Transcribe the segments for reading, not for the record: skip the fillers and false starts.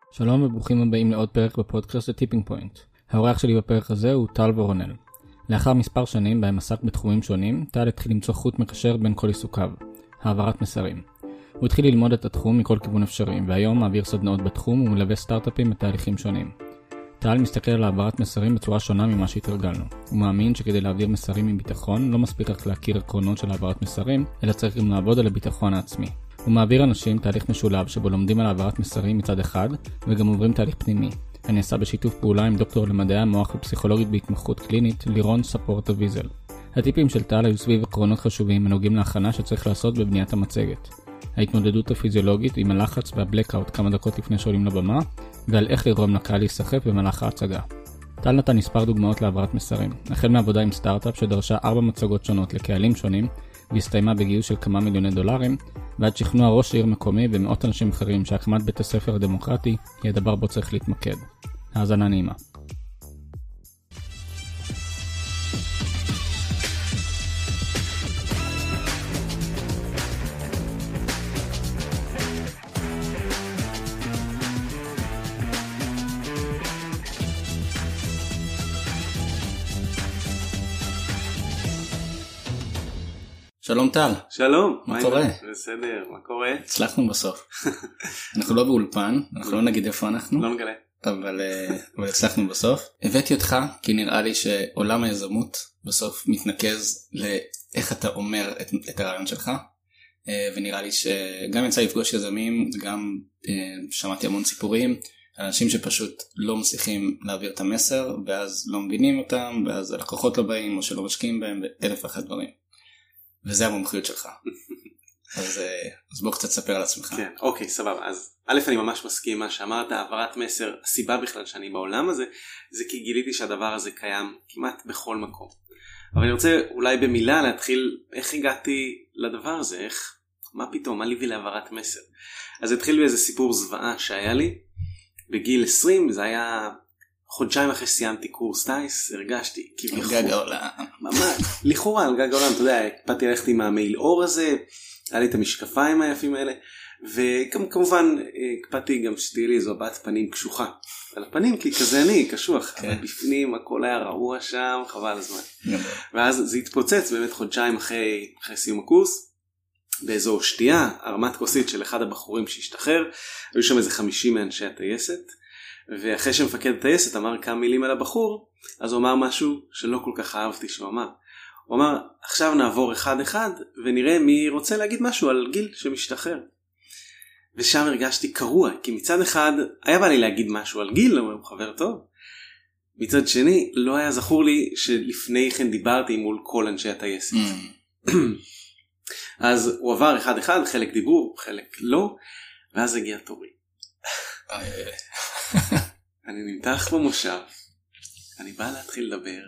שלום וברוכים הבאים לעוד פרק בפודקאסט הטיפינג פוינט. האורח שלי בפרק הזה הוא טל וורונל. לאחר מספר שנים בהם עסק בתחומים שונים, טל התחיל למצוא חוט מקשר בין כל עיסוקיו, העברת מסרים. הוא התחיל ללמוד את התחום מכל כיוון אפשרי, והיום מעביר סדנאות בתחום ומלווה סטארט-אפים בתהליכים שונים. טל מסתכל על העברת מסרים בצורה שונה ממה שהתרגלנו. הוא מאמין שכדי להעביר מסרים עם ביטחון, לא מספיק רק להכיר עקרונות של העברת מסרים, אלא צריך גם לעבוד על הביטחון העצמי. הוא מעביר אנשים תהליך משולב שבו לומדים על העברת מסרים מצד אחד, וגם עוברים תהליך פנימי. הנעשה בשיתוף פעולה עם דוקטור למדעי המוח ופסיכולוגית בהתמחות קלינית, לירון ספורטה ויזל. הטיפים של טל היו סביב עקרונות חשובים הנוגעים להכנה שצריך לעשות בבניית המצגת. ההתמודדות הפיזיולוגית עם הלחץ והבלקאוט כמה דקות לפני שעולים לבמה, ועל איך לגרום לקהל להיסחף במהלך ההצגה. טל נתן מספר דוגמאות להעברת מסרים, החל מעבודה עם סטארט-אפ שדרשה 4 מצגות שונות לקהלים שונים, והסתיימה בגיוס של כמה מיליוני דולרים, ועד שכנוע ראש עיר מקומי ומאות אנשים אחרים שהקמת בית הספר הדמוקרטי היא הדבר בו צריך להתמקד. האזנה נעימה. שלום טל. שלום. מה קורה? בסדר, מה קורה? הצלחנו בסוף. אנחנו לא באולפן, אנחנו לא נגיד איפה אנחנו. לא נגלה. אבל הצלחנו בסוף. הבאתי אותך כי נראה לי שעולם היזמות בסוף מתנקז לאיך אתה אומר את הרעיון שלך. ונראה לי שגם יצא לפגוש יזמים, גם שמעתי המון סיפורים, אנשים שפשוט לא מצליחים להעביר את המסר, ואז לא מבינים אותם, ואז הלקוחות לא באים או שלא משקיעים בהם, ואלף ואחת דברים. וזה המומחיות שלך. אז בוא קצת ספר על עצמך. כן, אוקיי, סבבה. אז א', אני ממש מסכים מה שאמרת, העברת מסר, הסיבה בכלל שאני בעולם הזה, זה כי גיליתי שהדבר הזה קיים כמעט בכל מקום. אבל אני רוצה אולי במילה להתחיל, איך הגעתי לדבר הזה, מה פתאום, מה לי ולהעברת מסר. אז התחיל באיזה סיפור זוועה שהיה לי, בגיל 20, זה היה חודשיים אחרי סיימתי קורס טייס, הרגשתי על גג העולם. ממש, לכאורה על גג העולם, אתה יודע, הקפדתי ללכת עם המעיל אור הזה, היה לי את המשקפיים היפים האלה, וכמובן הקפדתי גם שתהיה לי איזו הבעת פנים קשוחה. על הפנים כי כזה אני, קשוח, אבל בפנים הכל היה רעוע שם, חבל הזמן. ואז זה התפוצץ באמת חודשיים אחרי סיום הקורס, באיזו שתייה, הרמת כוסית של אחד הבחורים שהשתחרר, היו שם איזה 50 מאנשי הטייסת, ואחרי שמפקד הטייסת אמר כמה מילים על הבחור, אז הוא אמר משהו שלא כל כך אהבתי שהוא אמר. הוא אמר, עכשיו נעבור אחד אחד ונראה מי רוצה להגיד משהו על גיל שמשתחרר. ושם הרגשתי קרוע, כי מצד אחד היה בא לי להגיד משהו על גיל, הוא חבר טוב. מצד שני, לא היה זכור לי שלפני כן דיברתי מול כל אנשי הטייסת. אז הוא עבר אחד אחד, חלק דיברו, חלק לא, ואז הגיע תורי. אני נמתח במושב, אני בא להתחיל לדבר,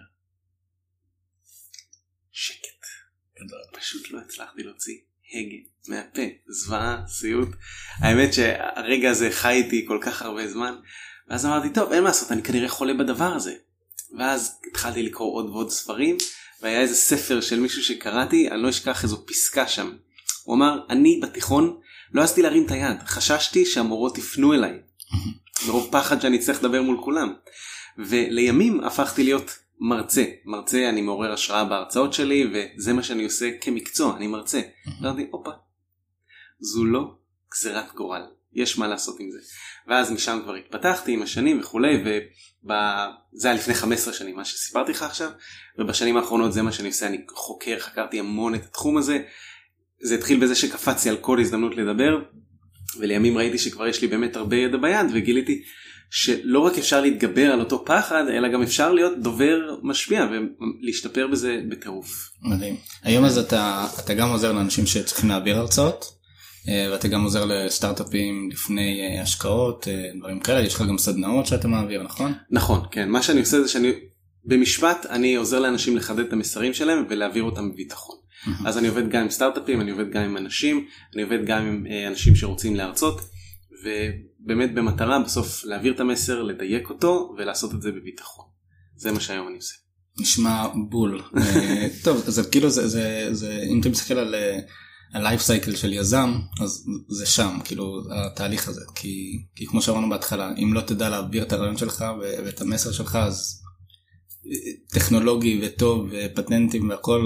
שקט, פשוט לא הצלחתי להוציא הגה מהפה, זוועה, סיוט. האמת שהרגע הזה חי איתי כל כך הרבה זמן, ואז אמרתי טוב, אין מה לעשות, אני כנראה חולה בדבר הזה. ואז התחלתי לקרוא עוד ועוד ספרים, והיה איזה ספר של מישהו שקראתי, אני לא אשכח איזו פסקה שם. הוא אמר, אני בתיכון לא עשיתי להרים את היד, חששתי שהמורות יפנו אליי. מרוב פחד שאני צריך לדבר מול כולם. ולימים הפכתי להיות מרצה, אני מעורר השראה בהרצאות שלי, וזה מה שאני עושה כמקצוע, אני מרצה. אמרתי, אופה, זו לא גזירת גורל, יש מה לעשות עם זה. ואז משם כבר התפתחתי עם השנים וכולי, וזה היה לפני 15 שנים, מה שסיפרתי לך עכשיו, ובשנים האחרונות זה מה שאני עושה, אני חקרתי המון את התחום הזה. זה התחיל בזה שקפצתי על כל הזדמנות לדבר, ולימים ראיתי שכבר יש לי באמת הרבה ידע ביד, וגיליתי שלא רק אפשר להתגבר על אותו פחד, אלא גם אפשר להיות דובר משפיע, ולהשתפר בזה בטירוף. מדהים. היום אז אתה גם עוזר לאנשים שצריכים להעביר הרצאות, ואתה גם עוזר לסטארט-אפים לפני השקעות, דברים כאלה, יש לך גם סדנאות שאתה מעביר, נכון? נכון, כן. מה שאני עושה זה שאני, במשפט, אני עוזר לאנשים לחדד את המסרים שלהם, ולהעביר אותם בביטחון. אז אני עובד גם עם סטארט-אפים, אני עובד גם עם אנשים, אני עובד גם עם אנשים שרוצים להרצות, ובאמת במטרה בסוף להעביר את המסר, לדייק אותו ולעשות את זה בביטחון. זה מה שהיום אני עושה. נשמע בול. טוב, אז כאילו זה, אם אתה מסתכל הלייף סייקל של יזם, אז זה שם, כאילו, התהליך הזה. כי כמו שאמרנו בהתחלה, אם לא תדע להעביר את הרעיון שלך ואת המסר שלך, אז טכנולוגי וטוב ופטנטים והכל,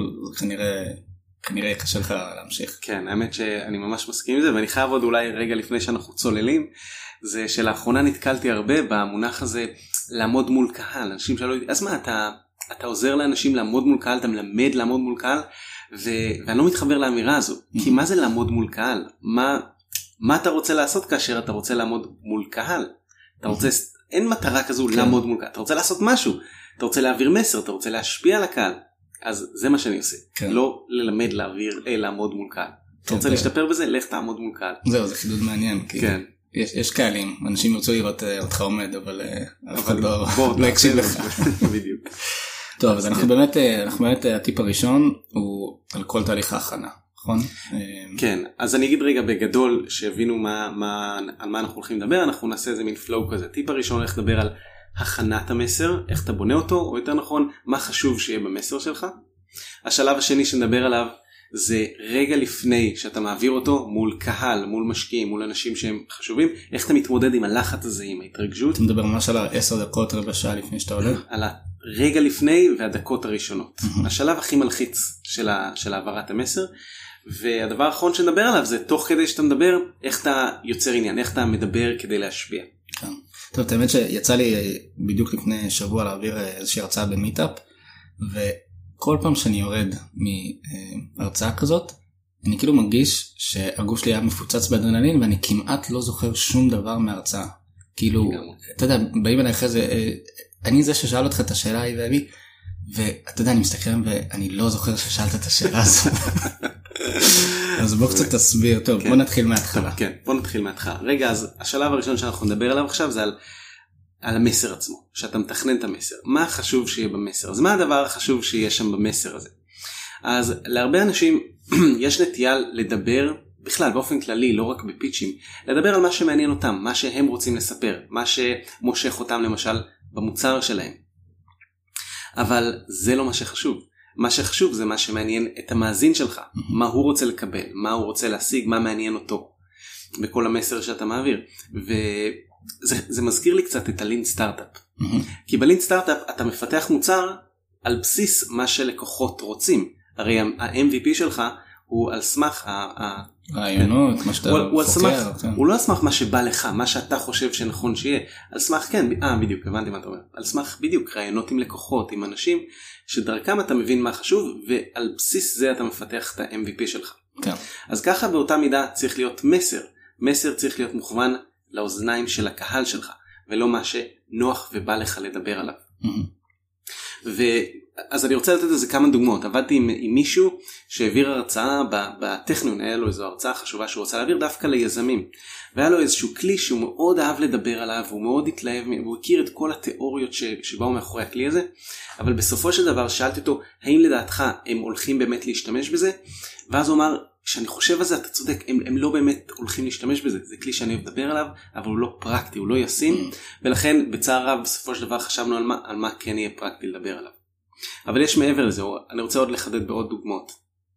כנראה קשה לך להמשיך. כן, האמת שאני ממש מסכים עם זה, ואני חייב עוד אולי רגע לפני שאנחנו צוללים, זה שלאחרונה נתקלתי הרבה במונח הזה לעמוד מול קהל. אנשים שאלו לי, אז מה, אתה עוזר לאנשים לעמוד מול קהל, אתה מלמד לעמוד מול קהל, ואני לא מתחבר לאמירה הזו, כי מה זה לעמוד מול קהל? מה אתה רוצה לעשות כאשר אתה רוצה לעמוד מול קהל? אתה רוצה, אין מטרה כזו לעמוד מול קהל, אתה רוצה לעשות משהו, אתה רוצה להעביר מסר, אתה רוצה להשפיע על הקהל, אז זה מה שאני עושה, לא ללמד לעמוד מול קהל. אתה רוצה להשתפר בזה, לך תעמוד מול קהל. זהו, זה חידוד מעניין, כן. יש קהלים, אנשים ירצו לראות אותך עומד, אבל אף אחד לא יקשיב לך. בדיוק. טוב, אז אנחנו באמת, הטיפ הראשון הוא על כל תהליך ההכנה, נכון? כן, אז אני אגיד רגע בגדול שהבינו על מה אנחנו הולכים לדבר, אנחנו נעשה איזה מין פלואו כזה. הטיפ הראשון הולך לדבר על הכנת המסר, איך אתה בונה אותו, או יותר נכון, מה חשוב שיהיה במסר שלך. השלב השני שנדבר עליו, זה רגע לפני שאתה מעביר אותו מול קהל, מול משקיעים, מול אנשים שהם חשובים, איך אתה מתמודד עם הלחץ הזה, עם ההתרגשות. אתה מדבר ממש על 10 דקות, רבע שעה לפני שאתה הולך? על הרגע לפני והדקות הראשונות. השלב הכי מלחיץ של העברת המסר, והדבר האחרון שנדבר עליו זה תוך כדי שאתה מדבר, איך אתה יוצר עניין, איך אתה מדבר כדי להשפיע. כן. טוב, האמת שיצא לי בדיוק לפני שבוע להעביר איזושהי הרצאה במיטאפ, וכל פעם שאני יורד מהרצאה כזאת, אני כאילו מרגיש שהגוף שלי היה מפוצץ באדרנלין, ואני כמעט לא זוכר שום דבר מההרצאה. כאילו, אתה יודע, באים אליי אחרי זה, אני זה ששאל אותך את השאלה ההיא והביא, ואתה יודע, אני מסתכל ואני לא זוכר ששאלת את השאלה הזאת. אז בוא קצת תסביר. טוב, בוא נתחיל מההתחלה. כן, בוא נתחיל מההתחלה. רגע, אז השלב הראשון שאנחנו נדבר עליו עכשיו זה על המסר עצמו, שאתה מתכנן את המסר. מה חשוב שיהיה במסר? אז מה הדבר החשוב שיהיה שם במסר הזה? אז להרבה אנשים יש נטייה לדבר בכלל, באופן כללי, לא רק בפיצ'ים, לדבר על מה שמעניין אותם, מה שהם רוצים לספר, מה שמושך אותם למשל במוצר שלהם. אבל זה לא מה שחשוב. מה שחשוב זה מה שמעניין את המאזין שלך, מה הוא רוצה לקבל, מה הוא רוצה להשיג, מה מעניין אותו בכל המסר שאתה מעביר. וזה מזכיר לי קצת את הלין סטארט-אפ. כי בלין סטארט-אפ אתה מפתח מוצר על בסיס מה שלקוחות רוצים. הרי ה-MVP שלך הוא על סמך רעיונות, מה שאתה חוקר. הוא לא על סמך מה שבא לך, מה שאתה חושב שנכון שיהיה. על סמך, כן, בדיוק, הבנתי מה אתה אומר. על סמך בדיוק רעיונות עם לקוחות, עם אנשים שדרכם אתה מבין מה חשוב, ועל בסיס זה אתה מפתח את ה-MVP שלך. כן. אז ככה באותה מידה צריך להיות מסר. מסר צריך להיות מוכוון לאוזניים של הקהל שלך, ולא מה שנוח ובא לך לדבר עליו. אז אני רוצה לתת לזה כמה דוגמאות. עבדתי עם מישהו שהעביר הרצאה בטכניון, היה לו איזו הרצאה חשובה שהוא רוצה להעביר דווקא ליזמים, והיה לו איזשהו כלי שהוא מאוד אהב לדבר עליו, הוא מאוד התלהב, הוא הכיר את כל התיאוריות שבאו מאחורי הכלי הזה, אבל בסופו של דבר שאלתי אותו, האם לדעתך הם הולכים באמת להשתמש בזה? ואז הוא אמר, כשאני חושב על זה אתה צודק, הם לא באמת הולכים להשתמש בזה, זה כלי שאני אוהב לדבר עליו, אבל הוא לא פרקטי, הוא לא ישים, ולכן בצער רב בסופו של דבר חשבנו על מה כן יהיה פרקטי לדבר עליו. אבל יש מעבר לזה, אני רוצה עוד לחדד בעוד דוגמאות.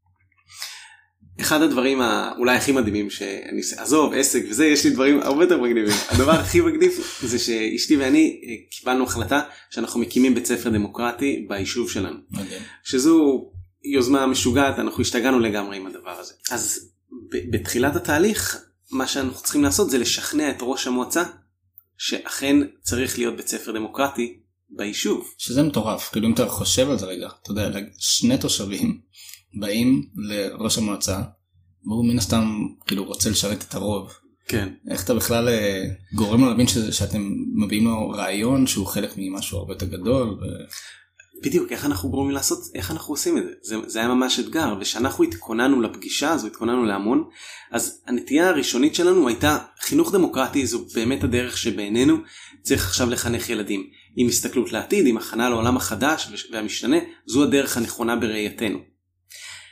אחד הדברים אולי הכי מדהימים שאני עזוב עסק וזה, יש לי דברים הרבה יותר מגניבים. הדבר הכי מגניב זה שאשתי ואני קיבלנו החלטה שאנחנו מקימים בית ספר דמוקרטי ביישוב שלנו. שזו יוזמה משוגעת, אנחנו השתגענו לגמרי עם הדבר הזה. אז בתחילת התהליך מה שאנחנו צריכים לעשות זה לשכנע את ראש המועצה שאכן צריך להיות בית ספר דמוקרטי ביישוב. שזה מטורף, כאילו אם אתה חושב על זה רגע, אתה יודע, 2 תושבים באים לראש המועצה, והוא מן הסתם כאילו רוצה לשרת את הרוב. כן. איך אתה בכלל גורם לו להבין שאתם מביאים לו רעיון שהוא חלק ממשהו הרבה יותר גדול? בדיוק, איך אנחנו גורמים לעשות, איך אנחנו עושים את זה? זה היה ממש אתגר, ושאנחנו התכוננו לפגישה הזו, התכוננו להמון, אז הנטייה הראשונית שלנו הייתה, חינוך דמוקרטי זו באמת הדרך שבעינינו צריך עכשיו לחנך ילדים. עם הסתכלות לעתיד, עם הכנה לעולם החדש והמשתנה, זו הדרך הנכונה בראייתנו.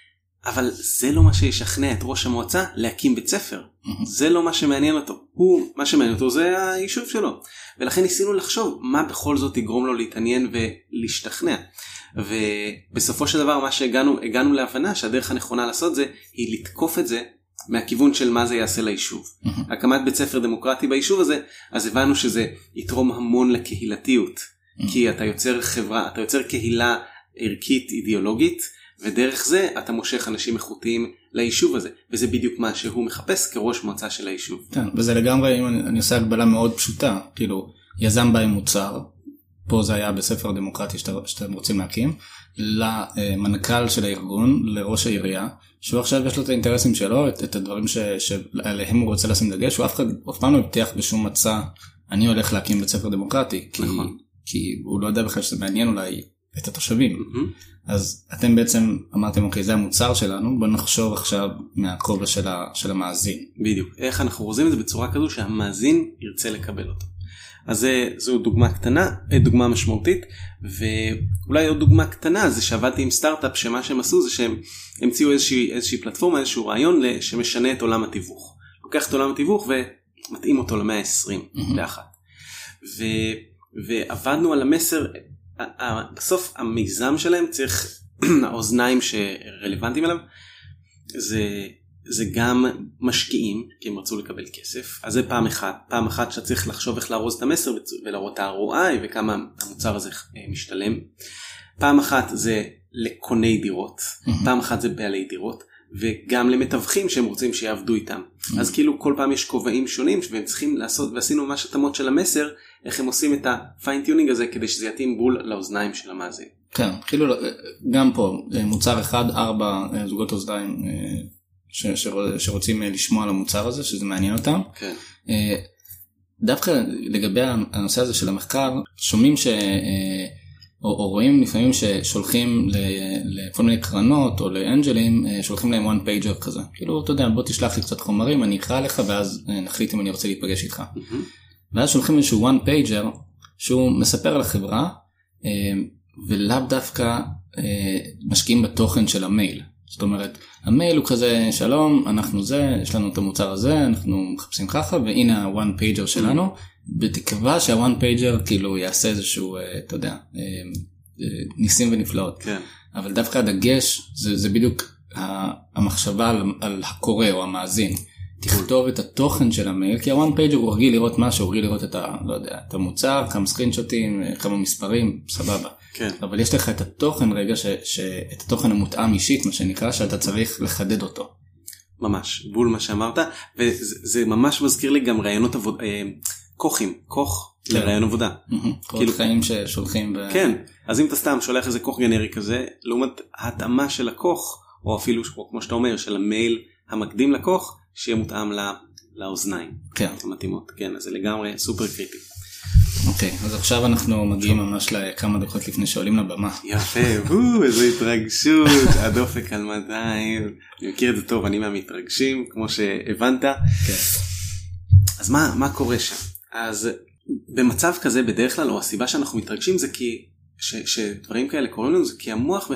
אבל זה לא מה שישכנע את ראש המועצה להקים בית ספר. זה לא מה שמעניין אותו. מה שמעניין אותו זה היישוב שלו. ולכן ניסינו לחשוב מה בכל זאת יגרום לו להתעניין ולהשתכנע. ובסופו של דבר מה שהגענו להבנה שהדרך הנכונה לעשות זה היא לתקוף את זה מהכיוון של מה זה יעשה ליישוב. הקמת בית ספר דמוקרטי ביישוב הזה, אז הבנו שזה יתרום המון לקהילתיות. כי אתה יוצר חברה, אתה יוצר קהילה ערכית אידיאולוגית, ודרך זה אתה מושך אנשים איכותיים ליישוב הזה, וזה בדיוק מה שהוא מחפש כראש מועצה של היישוב. כן, וזה לגמרי, אם אני עושה הגבלה מאוד פשוטה, כאילו, יזם בא עם מוצר, פה זה היה בספר דמוקרטי שאתם רוצים להקים, למנכ"ל של הארגון, לראש העירייה, שהוא עכשיו יש לו את האינטרסים שלו, את הדברים שעליהם הוא רוצה לשים דגש, הוא אף פעם לא הבטיח בשום מצע, אני הולך להקים בית ספר דמוקרטי, כי הוא לא יודע בכלל שזה מעניין אולי את התושבים. אז אתם בעצם אמרתם, אוקיי, זה המוצר שלנו, בוא נחשוב עכשיו מהכובע של המאזין. בדיוק. איך אנחנו רוצים את זה בצורה כזו שהמאזין ירצה לקבל אותו. אז זו דוגמה קטנה, דוגמה משמעותית, ואולי עוד דוגמה קטנה זה שעבדתי עם סטארט-אפ שמה שהם עשו זה שהם המציאו איזושהי פלטפורמה, איזשהו רעיון שמשנה את עולם התיווך. לוקח את עולם התיווך ומתאים אותו למאה ה-21. ועבדנו על המסר, בסוף המיזם שלהם צריך, האוזניים שרלוונטיים אליו, זה גם משקיעים, כי הם רצו לקבל כסף, אז זה פעם אחת שאתה צריך לחשוב איך להרוז את המסר ולהראות את ה-ROI וכמה המוצר הזה משתלם. פעם אחת זה לקוני דירות, פעם אחת זה בעלי דירות, וגם למתווכים שהם רוצים שיעבדו איתם. אז כאילו כל פעם יש כובעים שונים והם צריכים לעשות, ועשינו ממש התאמות של המסר, איך הם עושים את ה-fine-tuning הזה כדי שזה יתאים בול לאוזניים של המאזין. כן, כאילו גם פה מוצר אחד, 4 זוגות אוזניים שרוצים לשמוע על המוצר הזה, שזה מעניין אותם. כן. דווקא לגבי הנושא הזה של המחקר, שומעים או רואים לפעמים ששולחים לכל מיני קרנות או לאנג'לים, שולחים להם one pager כזה. כאילו, אתה יודע, בוא תשלח לי קצת חומרים, אני אקרא לך ואז נחליט אם אני רוצה להיפגש איתך. ואז שולחים איזשהו one pager שהוא מספר על החברה, ולאו דווקא משקיעים בתוכן של המייל. זאת אומרת, המייל הוא כזה, שלום, אנחנו זה, יש לנו את המוצר הזה, אנחנו מחפשים ככה, והנה ה-one pager שלנו, בתקווה שה-one pager כאילו יעשה איזשהו, אתה יודע, ניסים ונפלאות. כן. אבל דווקא הדגש, זה בדיוק המחשבה על הקורא או המאזין. תכתוב את התוכן של המייל, כי ה-one pager הוא רגיל לראות משהו, הוא רגיל לראות את לא יודע, את המוצר, כמה סקרינשוטים, כמה מספרים, סבבה. כן. אבל יש לך את התוכן רגע, את התוכן המותאם אישית, מה שנקרא, שאתה צריך לחדד אותו. ממש, בול מה שאמרת, וזה ממש מזכיר לי גם רעיונות עבודה, כוך לרעיון עבודה. קורות חיים ששולחים. כן, אז אם אתה סתם שולח איזה כוך גנרי כזה, לעומת ההתאמה של הכוך, או אפילו כמו שאתה אומר, של המייל המקדים לכוך, שיהיה מותאם לאוזניים. כן. מתאימות, כן, אז זה לגמרי סופר קריטי. אוקיי, אז עכשיו אנחנו מגיעים ממש לכמה דקות לפני שעולים לבמה. יפה, איזו התרגשות, הדופק על 200, אני מכיר את זה טוב, אני מהמתרגשים, כמו שהבנת. כן. אז מה קורה שם? אז במצב כזה בדרך כלל, או הסיבה שאנחנו מתרגשים זה כי, שדברים כאלה קוראים לנו, זה כי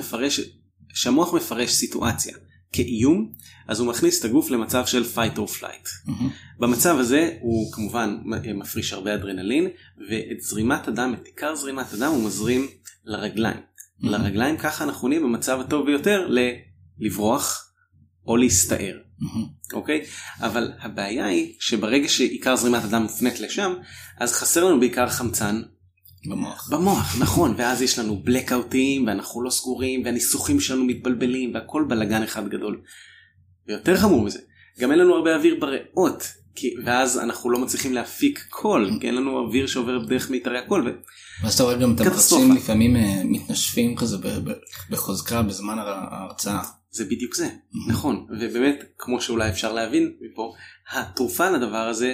שהמוח מפרש סיטואציה כאיום, אז הוא מכניס את הגוף למצב של fight or flight. במצב הזה הוא כמובן מפריש הרבה אדרנלין, ואת זרימת הדם, את עיקר זרימת הדם הוא מזרים לרגליים. לרגליים ככה אנחנו נהיה במצב הטוב ביותר לברוח או להסתער. אוקיי? אבל הבעיה היא שברגע שעיקר זרימת הדם מופנית לשם, אז חסר לנו בעיקר חמצן במוח, נכון, ואז יש לנו בלקאוטים, ואנחנו לא סגורים, והניסוחים שלנו מתבלבלים, והכל בלגן אחד גדול. ויותר חמור מזה, גם אין לנו הרבה אוויר בריאות, ואז אנחנו לא מצליחים להפיק קול, כי אין לנו אוויר שעובר בדרך מיתרי הקול. ואז אתה רואה גם את המרצים לפעמים מתנשפים כזה בחוזקה בזמן ההרצאה. זה בדיוק זה, נכון, ובאמת, כמו שאולי אפשר להבין מפה, התרופה לדבר הזה,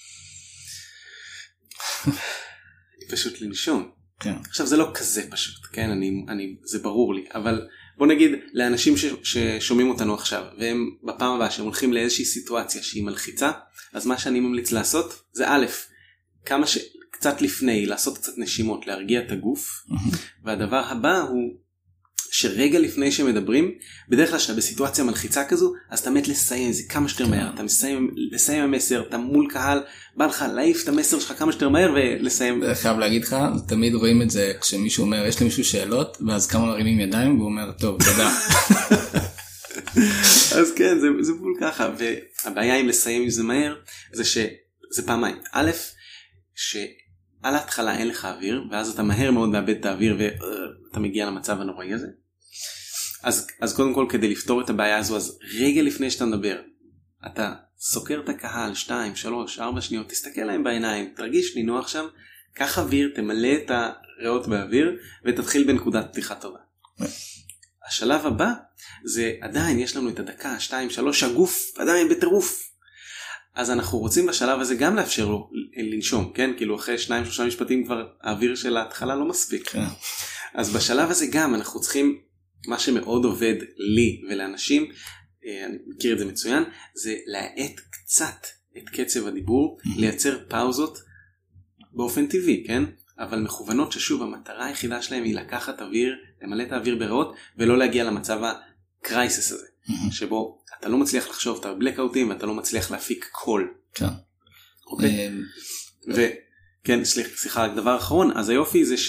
פשוט לנשום. כן. עכשיו זה לא כזה פשוט, כן? זה ברור לי, אבל בוא נגיד לאנשים ששומעים אותנו עכשיו, והם בפעם הבאה שהם הולכים לאיזושהי סיטואציה שהיא מלחיצה, אז מה שאני ממליץ לעשות, זה א', קצת לפני, לעשות קצת נשימות, להרגיע את הגוף, והדבר הבא הוא שרגע לפני שמדברים, בדרך כלל שאתה בסיטואציה מלחיצה כזו, אז אתה מת לסיים זה כמה שיותר מהר, אתה לסיים המסר, אתה מול קהל, בא לך להעיף את המסר שלך כמה שיותר מהר ולסיים. חייב להגיד לך, תמיד רואים את זה כשמישהו אומר, יש למישהו שאלות, ואז כמה מרימים ידיים, והוא אומר, טוב, תודה. אז כן, זה בול ככה, והבעיה עם לסיים עם זה מהר, זה שזה פעמיים. א', שעל ההתחלה אין לך אוויר, ואז אתה מהר מאוד מאבד את האוויר, ואתה מגיע למצב הנוראי הזה. אז קודם כל, כדי לפתור את הבעיה הזו, אז רגע לפני שאתה מדבר, אתה סוקר את הקהל, 2, 3, 4 שניות, תסתכל להם בעיניים, תרגיש נינוח שם, קח אוויר, תמלא את הריאות באוויר, ותתחיל בנקודת פתיחה טובה. השלב הבא, זה עדיין יש לנו את הדקה, 2, 3, הגוף עדיין בטירוף. אז אנחנו רוצים בשלב הזה גם לאפשר לו לנשום, כן? כאילו אחרי 2-3 משפטים כבר האוויר של ההתחלה לא מספיק. אז בשלב הזה גם אנחנו צריכים, מה שמאוד עובד לי ולאנשים, אני מכיר את זה מצוין, זה להאט קצת את קצב הדיבור, לייצר פאוזות באופן טבעי, כן? אבל מכוונות ששוב המטרה היחידה שלהם היא לקחת אוויר, למלא את האוויר בריאות, ולא להגיע למצב הקרייסס הזה, שבו אתה לא מצליח לחשוב, אתה בלקאוטים ואתה לא מצליח להפיק קול. כן. אוקיי? וכן, סליחה, דבר אחרון, אז היופי זה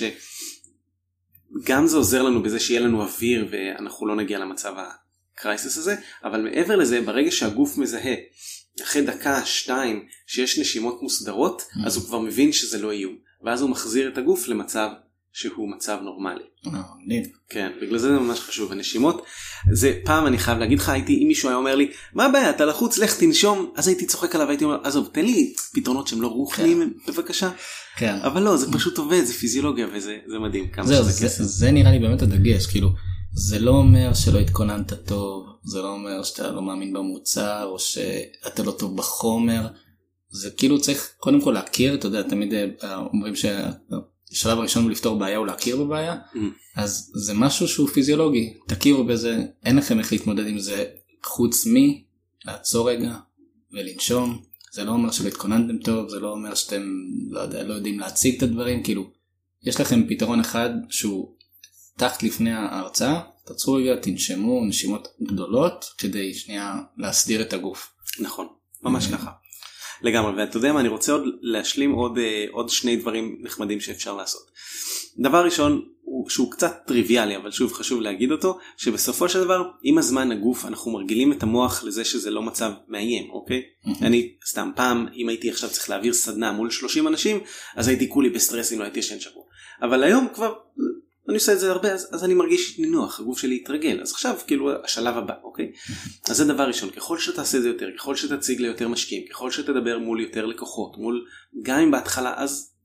שגם זה עוזר לנו בזה שיהיה לנו אוויר ואנחנו לא נגיע למצב הקרייסס הזה, אבל מעבר לזה, ברגע שהגוף מזהה, אחרי דקה, 2, שיש נשימות מוסדרות, אז הוא כבר מבין שזה לא איום. ואז הוא מחזיר את הגוף למצב שהוא מצב נורמלי. כן, בגלל זה ממש חשוב. הנשימות, זה פעם אני חייב להגיד לך, אם מישהו היה אומר לי, מה הבעיה, אתה לחוץ, לך תנשום, אז הייתי צוחק עליו, הייתי אומר, עזוב, תן לי פתרונות שהם לא רוחניים, בבקשה. כן. אבל לא, זה פשוט עובד, זה פיזיולוגיה, וזה מדהים. זה נראה לי באמת הדגש, כאילו, זה לא אומר שלא התכוננת טוב, זה לא אומר שאתה לא מאמין במוצר, או שאתה לא טוב בחומר, זה כאילו צריך קודם כל להכיר, אתה יודע, תמיד אומרים שהשלב הראשון הוא לפתור בעיה או להכיר בבעיה, אז זה משהו שהוא פיזיולוגי, תכירו בזה, אין לכם איך להתמודד עם זה, חוץ לעצור רגע ולנשום, זה לא אומר שלא התכוננתם טוב, זה לא אומר שאתם לא יודעים להציג את הדברים, כאילו, יש לכם פתרון אחד שהוא תחת לפני ההרצאה, תעצרו רגע, תנשמו נשימות גדולות, כדי שנייה להסדיר את הגוף. נכון, ממש ככה. לגמרי, ואתה יודע מה, אני רוצה עוד להשלים עוד שני דברים נחמדים שאפשר לעשות. דבר ראשון, שהוא קצת טריוויאלי, אבל שוב חשוב להגיד אותו, שבסופו של דבר, עם הזמן הגוף, אנחנו מרגילים את המוח לזה שזה לא מצב מאיים, אוקיי? אני סתם פעם, אם הייתי עכשיו צריך להעביר סדנה מול 30 אנשים, אז הייתי כולי בסטרס אם לא הייתי ישן שבוע. אבל היום כבר, אני עושה את זה הרבה, אז אני מרגיש נינוח, הגוף שלי יתרגל. אז עכשיו, כאילו, השלב הבא, אוקיי? אז זה דבר ראשון, ככל שתעשה את זה יותר, ככל שתציג ליותר משקיעים, ככל שתדבר מול יותר לקוחות, גם אם בהתחלה,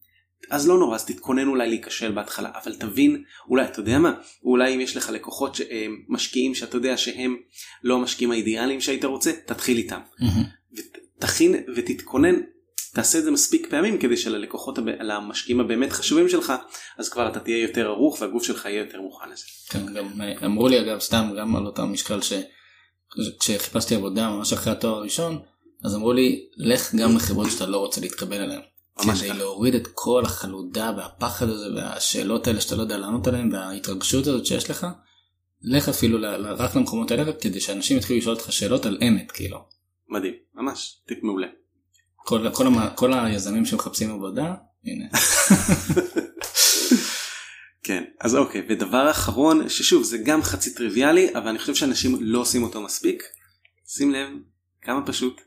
אז לא נורא, אז תתכונן אולי להיכשל בהתחלה, אבל תבין, אולי, אתה יודע מה? אולי אם יש לך לקוחות משקיעים שאתה יודע שהם לא המשקיעים האידיאליים שהיית רוצה, תתחיל איתם. ותכין ותתכונן, תעשה את זה מספיק פעמים כדי שללקוחות, למשקיעים הבאמת חשובים שלך, אז כבר אתה תהיה יותר ערוך והגוף שלך יהיה יותר מוכן לזה. כן, גם אמרו לי אגב סתם, גם על אותם משקל כשחיפשתי עבודה ממש אחרי התואר הראשון, אז אמרו לי, לך גם לחברות שאתה לא רוצה להתקבל עליהן. כדי להוריד את כל החלודה והפחד הזה והשאלות האלה שאתה לא יודע לענות עליהן וההתרגשות הזאת שיש לך, לך אפילו רק למקומות האלה כדי שאנשים יתחילו לשאול אותך שאלות על אמת כאילו. מדהים, ממש, טיפ מעולה. כל היזמים שמחפשים עבודה, הנה. כן, אז אוקיי, ודבר אחרון, ששוב זה גם חצי טריוויאלי, אבל אני חושב שאנשים לא עושים אותו מספיק, שים לב, כמה פשוט,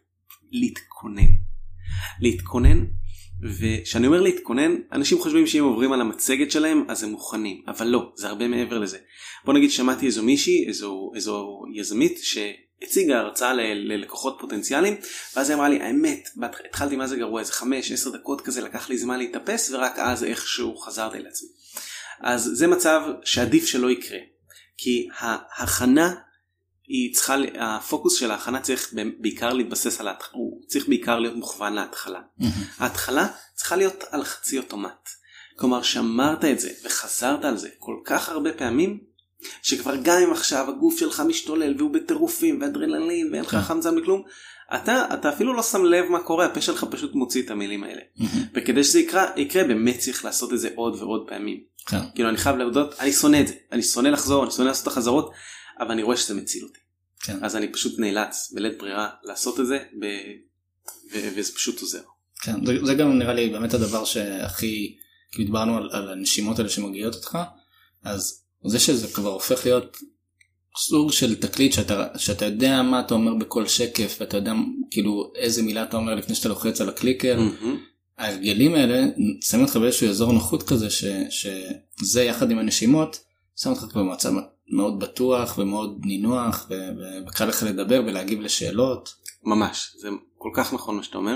להתכונן, ושאני אומר להתכונן, אנשים חושבים שאם עוברים על המצגת שלהם, אז הם מוכנים, אבל לא, זה הרבה מעבר לזה. בוא נגיד, שמעתי איזו מישהי, איזו יזמית, שהציגה הרצאה ללקוחות פוטנציאליים, ואז היא אמרה לי, האמת, התחלתי מה זה גרוע, איזה 5-10 דקות כזה, לקח לי זמן להתאפס, ורק אז איכשהו חזרתי לעצמי. אז זה מצב שעדיף שלא יקרה, כי ההכנה, הפוקוס של ההכנה צריך בעיקר להתבסס על ההתחלה, הוא צריך בעיקר להיות מוכוון להתחלה. ההתחלה צריכה להיות על חצי אוטומט. כלומר, שמרת את זה וחזרת על זה כל כך הרבה פעמים, שכבר גם אם עכשיו הגוף שלך משתולל והוא בטירופים ואדרנלין ואין לך חמצן בכלום, אתה אפילו לא שם לב מה קורה, הפה שלך פשוט מוציא את המילים האלה. וכדי שזה יקרה באמת צריך לעשות את זה עוד ועוד פעמים. כאילו אני חייב להודות, אני שונא את זה, אני שונא לחזור, אני שונא לעשות את החזרות, אבל אני רואה שזה מציל אותי. אז אני פשוט נאלץ בלית ברירה לעשות את זה, וזה פשוט עוזר. כן, זה גם נראה לי באמת הדבר שהכי, כי דיברנו על הנשימות האלה שמגיעות אותך, אז זה שזה כבר הופך להיות סוג של תקליט שאתה יודע מה אתה אומר בכל שקף, ואתה יודע כאילו איזה מילה אתה אומר לפני שאתה לוחץ על הקליקר. ההרגלים האלה שמים אותך באיזשהו אזור נוחות כזה, שזה יחד עם הנשימות, שם אותך כבר במצב מאוד בטוח ומאוד נינוח, וקל לך לדבר ולהגיב לשאלות. ממש, זה כל כך נכון מה שאתה אומר,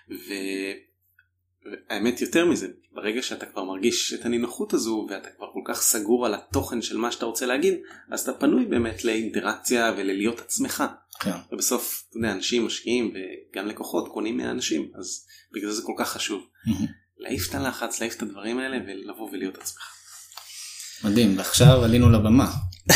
והאמת יותר מזה, ברגע שאתה כבר מרגיש את הנינוחות הזו, ואתה כבר כל כך סגור על התוכן של מה שאתה רוצה להגיד, אז אתה פנוי באמת לאינטראקציה וללהיות עצמך. כן. ובסוף, אתה יודע, אנשים משקיעים וגם לקוחות קונים מהאנשים, אז בגלל זה כל כך חשוב. להעיף את הלחץ, להעיף את הדברים האלה ולבוא ולהיות עצמך. מדהים, ועכשיו עלינו לבמה.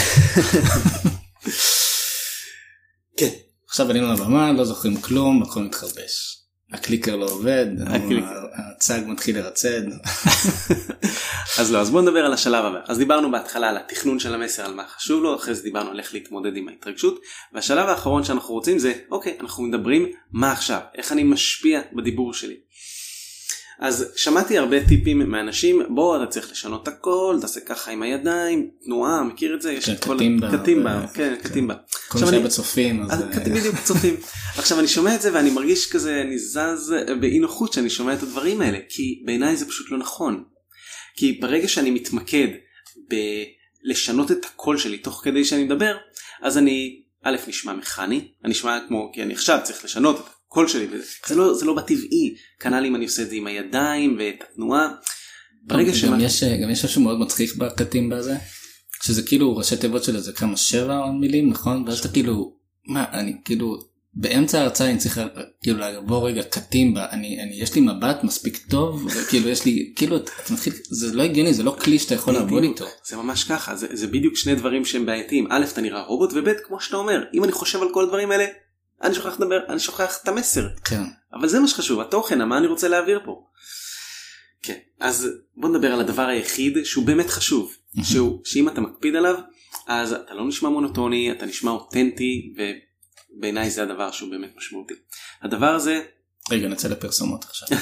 כן. עכשיו עלינו לבמה, לא זוכרים כלום, הכל מתחרבש. הקליקר לא עובד, הצג מתחיל לרצד. אז לא, אז בואו נדבר על השלב הבא. אז דיברנו בהתחלה על התכנון של המסר, על מה חשוב לו, אחרי זה דיברנו על איך להתמודד עם ההתרגשות, והשלב האחרון שאנחנו רוצים זה, אוקיי, אנחנו מדברים מה עכשיו, איך אני משפיע בדיבור שלי. אז שמעתי הרבה טיפים מאנשים, בוא אתה צריך לשנות הכל, תעשה ככה עם הידיים, תנועה, מכיר את זה? יש קטימבה, כן, קטימבה. כל שהיה בצופים. בדיוק בצופים. עכשיו אני שומע את זה ואני מרגיש כזה, אני זז באי נוחות שאני שומע את הדברים האלה, כי בעיניי זה פשוט לא נכון. כי ברגע שאני מתמקד בלשנות את הקול שלי תוך כדי שאני מדבר, אז אני, א', נשמע מכני, אני נשמע כמו, כי אני עכשיו צריך לשנות את הקול שלי, זה לא בטבעי, כנ"ל אם אני עושה את זה עם הידיים ואת התנועה. גם יש משהו מאוד מצחיק בקטימבה הזה, שזה כאילו ראשי תיבות של איזה כמה 7 מילים, נכון? ואז אתה כאילו, מה, אני כאילו, באמצע ההרצאה אני צריך כאילו לעבור רגע קטימבה, יש לי מבט מספיק טוב, וכאילו יש לי, כאילו, אתה מתחיל, זה לא הגיוני, זה לא כלי שאתה יכול לעבוד איתו. זה ממש ככה, זה בדיוק שני דברים שהם בעייתיים. א', אתה נראה רובוט, וב', כמו שאתה אומר, אם אני חושב על כל הדברים האלה, אני שוכח לדבר, אני שוכח את המסר. כן. אבל זה מה שחשוב, התוכן, מה אני רוצה להעביר פה. כן, אז בוא נדבר על הדבר היחיד שהוא באמת חשוב, שאם אתה מקפיד עליו, אז אתה לא נשמע מונוטוני, אתה נשמע אותנטי, ובעיניי זה הדבר שהוא באמת משמעותי. הדבר הזה... רגע, נצא לפרסומות עכשיו.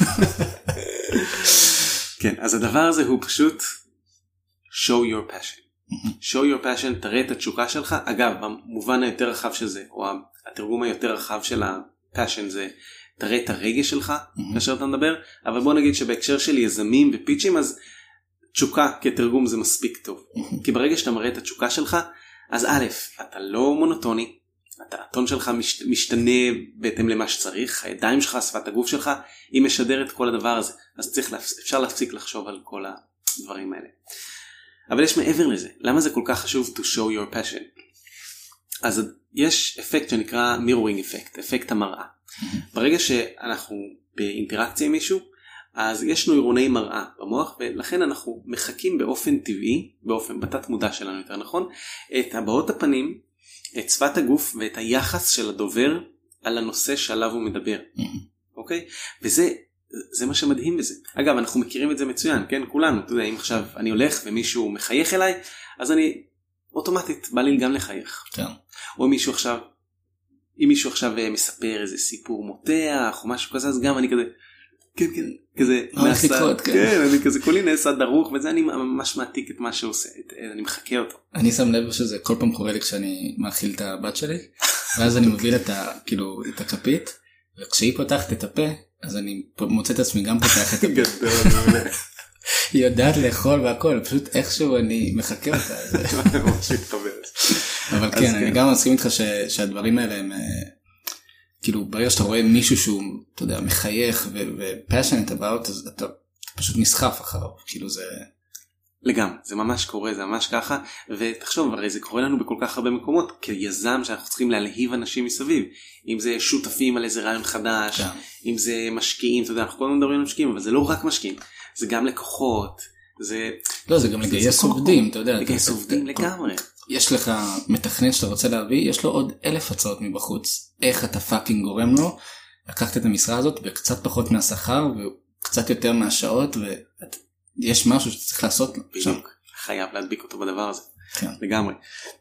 כן, אז הדבר הזה הוא פשוט show your passion. show your passion, תראה את התשוקה שלך. אגב, במובן היותר רחב של זה, או התרגום היותר רחב של ה-passion זה, תראה את הרגש שלך כאשר אתה מדבר, אבל בוא נגיד שבהקשר של יזמים ופיצ'ים, אז תשוקה כתרגום זה מספיק טוב. כי ברגע שאתה מראה את התשוקה שלך, אז א', אתה לא מונוטוני, הטון שלך משתנה בהתאם למה שצריך, הידיים שלך, שפת הגוף שלך, היא משדרת כל הדבר הזה. אז אפשר להפסיק לחשוב על כל הדברים האלה. אבל יש מעבר לזה. למה זה כל כך חשוב to show your passion? אז יש אפקט שנקרא mirroring effect, אפקט המראה. ברגע שאנחנו באינטראקציה עם מישהו, אז יש נוירוני מראה במוח, ולכן אנחנו מחכים באופן טבעי, בתת מודע שלנו יותר נכון, את הבעות הפנים, את שפת הגוף ואת היחס של הדובר על הנושא שעליו הוא מדבר. אוקיי? וזה מה שמדהים בזה. אגב, אנחנו מכירים את זה מצוין, כן? כולנו, אתה יודע, אם עכשיו אני הולך ומישהו מחייך אליי, אז אני אוטומטית בא לי גם לחייך. כן. או אם מישהו עכשיו מספר איזה סיפור מותח או משהו כזה, אז גם אני כזה, כן, כזה נעשה, כן, אני כזה, כולי נעשה דרוך, וזה אני ממש מעתיק את מה שעושה, אני מחכה אותו. אני שם לב שזה כל פעם קורה לי כשאני מאכיל את הבת שלי, ואז אני מוביל את הכפית, וכשהיא פותחת את הפה, אז אני מוצא את עצמי גם פותח את הפה. היא יודעת לאכול והכל, פשוט איכשהו אני מחכה אותה. אבל כן, אני גם מסכים איתך שהדברים האלה הם, כאילו ברגע שאתה רואה מישהו שהוא, אתה יודע, מחייך ו-passionate about, אז אתה פשוט נסחף אחריו, כאילו זה... לגמרי, זה ממש קורה, זה ממש ככה, ותחשוב, הרי זה קורה לנו בכל כך הרבה מקומות, כיזם שאנחנו צריכים להלהיב אנשים מסביב, אם זה שותפים על איזה רעיון חדש, אם זה משקיעים, אתה יודע, אנחנו כל הזמן מדברים על משקיעים, אבל זה לא רק משקיעים, זה גם לקוחות, לא, זה גם לגייס עובדים, אתה יודע. לגייס עובדים לגמרי. יש לך מתכנן שאתה רוצה להביא, יש לו עוד 1,000 הצעות מבחוץ. איך אתה פאקינג גורם לו לקחת את המשרה הזאת בקצת פחות מהשכר וקצת יותר מהשעות, ויש משהו שאתה צריך לעשות. בדיוק, חייב להדביק אותו בדבר הזה. כן. לגמרי.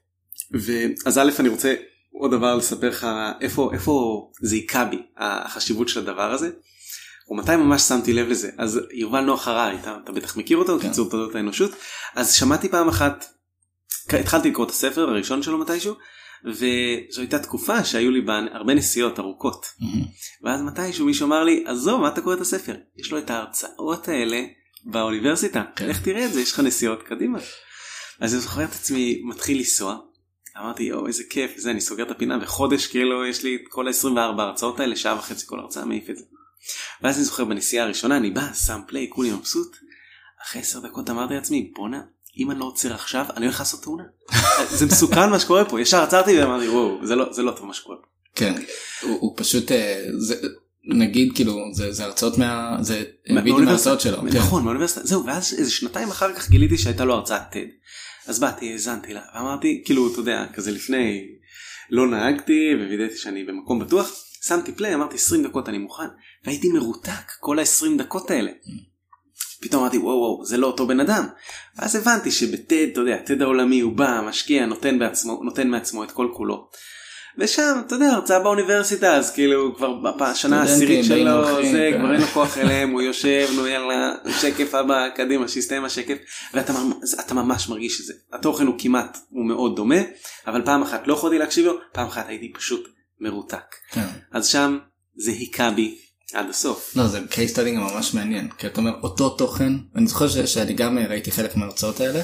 אז א', אני רוצה עוד דבר לספר לך איפה זה עיקה בי, החשיבות של הדבר הזה. ומתי ממש שמתי לב לזה. אז יובל נוח הררי, אתה בטח מכיר אותו, כן. קיצור תולדות האנושות. אז שמעתי פעם אחת, התחלתי לקרוא את הספר הראשון שלו מתישהו, וזו הייתה תקופה שהיו לי בה הרבה נסיעות ארוכות. ואז מתישהו מישהו אמר לי, עזוב, מה אתה קורא את הספר? יש לו את ההרצאות האלה באוניברסיטה. איך תראה את זה? יש לך נסיעות קדימה. אז אני זוכר את עצמי מתחיל לנסוע. אמרתי, איזה כיף, זה, אני סוגר את הפינה, וחודש כאילו יש לי כל ה-24 הרצאות האלה, שעה וחצי כל הרצאה, מעיף את זה. ואז אני זוכר בנסיעה הראשונה, אני בא, שם פליי, כולי מבסוט. אחרי 10 דקות אמרתי לעצמי, בונה, אם אני לא עוצר עכשיו, אני הולך לעשות תאונה. זה מסוכן מה שקורה פה. ישר עצרתי ואמרתי, וואו, זה לא טוב מה שקורה פה. כן, הוא פשוט, נגיד כאילו, זה הרצאות זה וידאו מההרצאות שלו. נכון, מהאוניברסיטה. זהו, ואז איזה 2 אחר כך גיליתי שהייתה לו הרצאת TED. אז באתי, האזנתי לה, ואמרתי, כאילו, אתה יודע, כזה לפני, לא נהגתי, ווידאתי שאני במקום בטוח, שמתי פליי, אמרתי 20 דקות אני מוכן, והייתי מרותק כל ה-20 דקות האלה. פתאום אמרתי, וואו, זה לא אותו בן אדם. ואז הבנתי שבטד, אתה יודע, טד העולמי הוא בא, משקיע, נותן מעצמו את כל כולו. ושם, אתה יודע, הרצאה באוניברסיטה, אז כאילו, כבר בשנה העשירית שלו, זה, כבר אין לו כוח אליהם, הוא יושב, נו יאללה, שקף הבא, קדימה, שיסתיים השקף, ואתה ממש מרגיש את זה. התוכן הוא כמעט, הוא מאוד דומה, אבל פעם אחת לא יכולתי להקשיב לו, פעם אחת הייתי פשוט מרותק. אז שם, זה היכה בי עד הסוף. לא, זה case study ממש מעניין, כי אתה אומר, אותו תוכן, אני זוכר שאני גם ראיתי חלק מההרצאות האלה,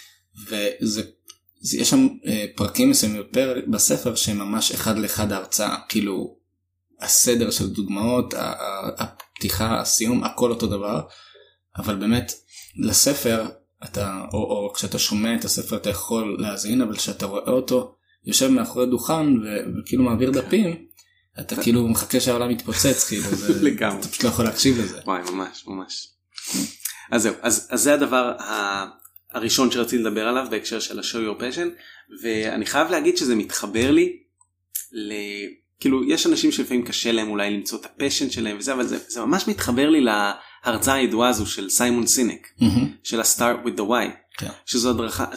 יש שם פרקים מסוימים בספר שהם ממש אחד לאחד ההרצאה, כאילו הסדר של דוגמאות, הפתיחה, הסיום, הכל אותו דבר, אבל באמת לספר, או כשאתה שומע את הספר אתה יכול להזין, אבל כשאתה רואה אותו, יושב מאחורי דוכן וכאילו מעביר דפים, אתה כאילו מחכה שהעולם מתפוצץ, כאילו, אתה פשוט לא יכול להקשיב לזה. וואי, ממש. אז זהו, אז זה הדבר הראשון שרציתי לדבר עליו בהקשר של ה-show your passion, ואני חייב להגיד שזה מתחבר לי, כאילו יש אנשים שלפעמים קשה להם אולי למצוא את הפשן שלהם וזה, אבל זה ממש מתחבר לי להרצאה הידועה הזו של סיימון סינק, של ה-start with the why, שזו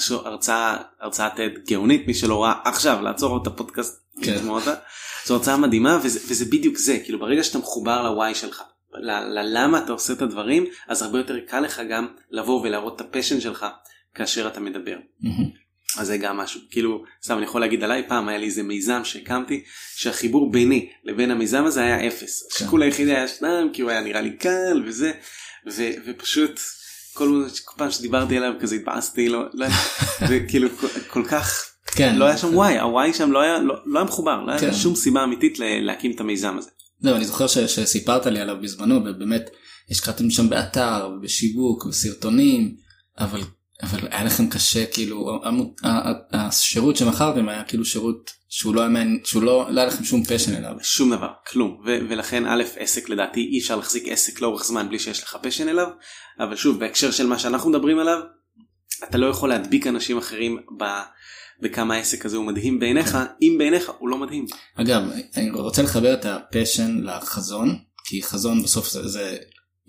הרצאה TED גאונית, מי שלא ראה עכשיו לעצור את הפודקאסט, זו הרצאה מדהימה, וזה בדיוק זה, כאילו ברגע שאתה מחובר ל-why שלך, ללמה אתה עושה את הדברים, אז הרבה יותר קל לך גם לבוא ולהראות את הפשן שלך כאשר אתה מדבר. אז זה גם משהו, כאילו, סתם אני יכול להגיד עליי, פעם היה לי איזה מיזם שהקמתי, שהחיבור ביני לבין המיזם הזה היה 0. השיקול היחידי היה 2, כי הוא היה נראה לי קל וזה, ופשוט כל פעם שדיברתי עליו כזה התבאסתי, וכאילו כל כך, לא היה שם וואי, הוואי שם לא היה מחובר, לא היה שום סיבה אמיתית להקים את המיזם הזה. זהו, אני זוכר שסיפרת לי עליו בזמנו, ובאמת השקעתם שם באתר, בשיווק, בסרטונים, אבל היה לכם קשה, כאילו, השירות שמכרתם היה כאילו שירות שהוא לא היה לכם שום פשן אליו. שום דבר, כלום, ולכן א', עסק לדעתי, אי אפשר להחזיק עסק לאורך זמן בלי שיש לך פשן אליו, אבל שוב, בהקשר של מה שאנחנו מדברים עליו, אתה לא יכול להדביק אנשים אחרים בכמה העסק הזה הוא מדהים בעיניך, אם בעיניך הוא לא מדהים. אגב, אני רוצה לחבר את הפשן לחזון, כי חזון בסוף זה,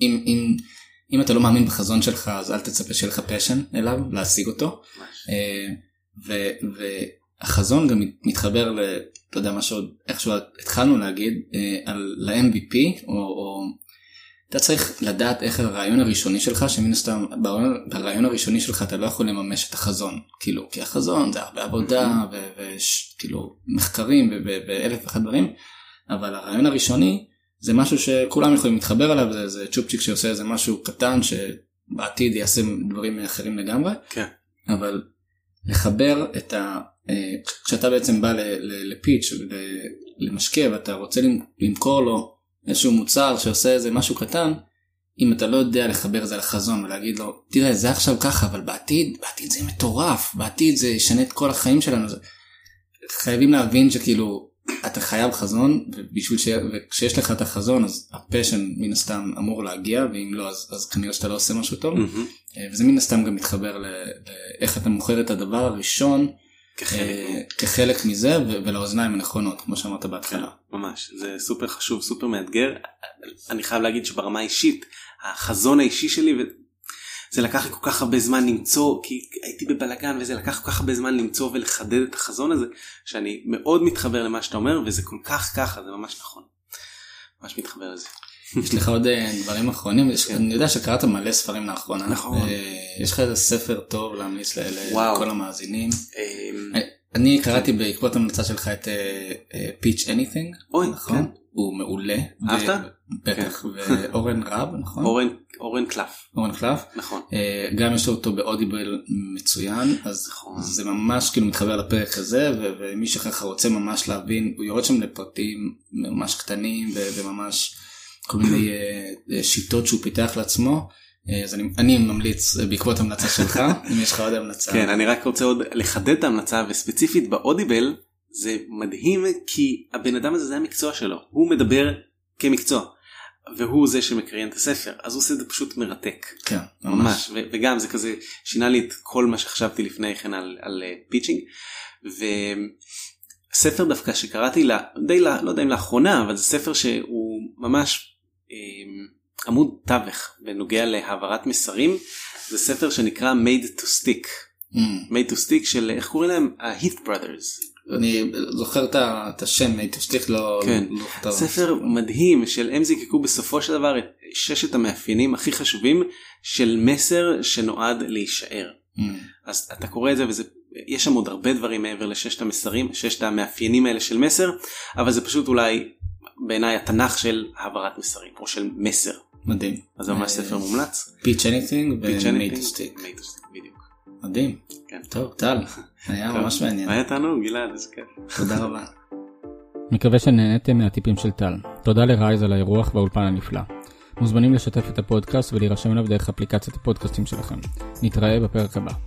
אם אתה לא מאמין בחזון שלך, אז אל תצפה שיהיה לך פשן אליו, להשיג אותו. והחזון גם מתחבר אתה יודע, משהו, איכשהו התחלנו להגיד, ל-MVP, או אתה צריך לדעת איך הרעיון הראשוני שלך, שמן הסתם, ברעיון הראשוני שלך אתה לא יכול לממש את החזון, כאילו, כי החזון זה הרבה עבודה, וכאילו, מחקרים, ואלף ואחד דברים, אבל הרעיון הראשוני, זה משהו שכולם יכולים להתחבר עליו, זה צ'ופצ'יק שעושה איזה משהו קטן, שבעתיד יעשה דברים אחרים לגמרי, אבל לחבר את כשאתה בעצם בא לפיץ' למשקיע, ואתה רוצה למכור לו, איזשהו מוצר שעושה איזה משהו קטן, אם אתה לא יודע לחבר את זה לחזון ולהגיד לו, תראה, זה עכשיו ככה, אבל בעתיד זה מטורף, בעתיד זה ישנה את כל החיים שלנו. חייבים להבין שכאילו, אתה חייב חזון, וכשיש לך את החזון, אז הפשן מן הסתם אמור להגיע, ואם לא, אז כנראה שאתה לא עושה משהו טוב, וזה מן הסתם גם מתחבר לאיך אתה מוכר את הדבר הראשון, כחלק מזה, ולאוזניים הנכונות, כמו שאמרת בהתחלה. ממש, זה סופר חשוב, סופר מאתגר. אני חייב להגיד שברמה האישית, החזון האישי שלי, זה לקח לי כל כך הרבה זמן למצוא, כי הייתי בבלגן, וזה לקח כל כך הרבה זמן למצוא ולחדד את החזון הזה, שאני מאוד מתחבר למה שאתה אומר, וזה כל כך ככה, זה ממש נכון. ממש מתחבר לזה. יש לך עוד דברים אחרונים? אני יודע שקראת מלא ספרים לאחרונה. נכון. יש לך איזה ספר טוב להמליץ לכל המאזינים? אני קראתי בעקבות המלצה שלך את Pitch Anything. אוי, כן. הוא מעולה. אהבת? בטח. ואורן רב, נכון? אורן קלף. אורן קלף. נכון. גם יש לו אותו באודיבל מצוין, אז זה ממש כאילו מתחבר לפרק הזה, ומי שככה רוצה ממש להבין, הוא יורד שם לפרטים ממש קטנים, וממש כל מיני שיטות שהוא פיתח לעצמו. אז אני ממליץ בעקבות המלצה שלך, אם יש לך עוד המלצה. כן, אני רק רוצה עוד לחדד את ההמלצה, וספציפית באודיבל, זה מדהים כי הבן אדם הזה זה המקצוע שלו, הוא מדבר כמקצוע, והוא זה שמקריין את הספר, אז הוא עושה את זה פשוט מרתק. כן, ממש. וגם זה כזה שינה לי את כל מה שחשבתי לפני כן על פיצ'ינג, וספר דווקא שקראתי די לא יודע אם לאחרונה, אבל זה ספר שהוא ממש עמוד תווך בנוגע להעברת מסרים, זה ספר שנקרא Made to Stick. Made to Stick של, איך קוראים להם? ה-Heath Brothers. אני זוכר את השם Made to Stick, לא... כן, ספר מדהים של הם זיקקו בסופו של דבר את 6 המאפיינים הכי חשובים של מסר שנועד להישאר. אז אתה קורא את זה יש שם עוד הרבה דברים מעבר ל6 המסרים, 6 המאפיינים האלה של מסר, אבל זה פשוט אולי בעיניי התנ"ך של העברת מסרים, או של מסר. מדהים. אז זה ממש ספר מומלץ. Pitch Anything ו-Made to Stick. בדיוק. מדהים. טוב, טל. היה ממש מעניין. היה תענוג, גלעד, איזה כיף. תודה רבה. מקווה שנהנתם מהטיפים של טל. תודה לרייז על האירוח והאולפן הנפלא. מוזמנים לשתף את הפודקאסט ולהירשם אליו דרך אפליקציית הפודקאסטים שלכם. נתראה בפרק הבא.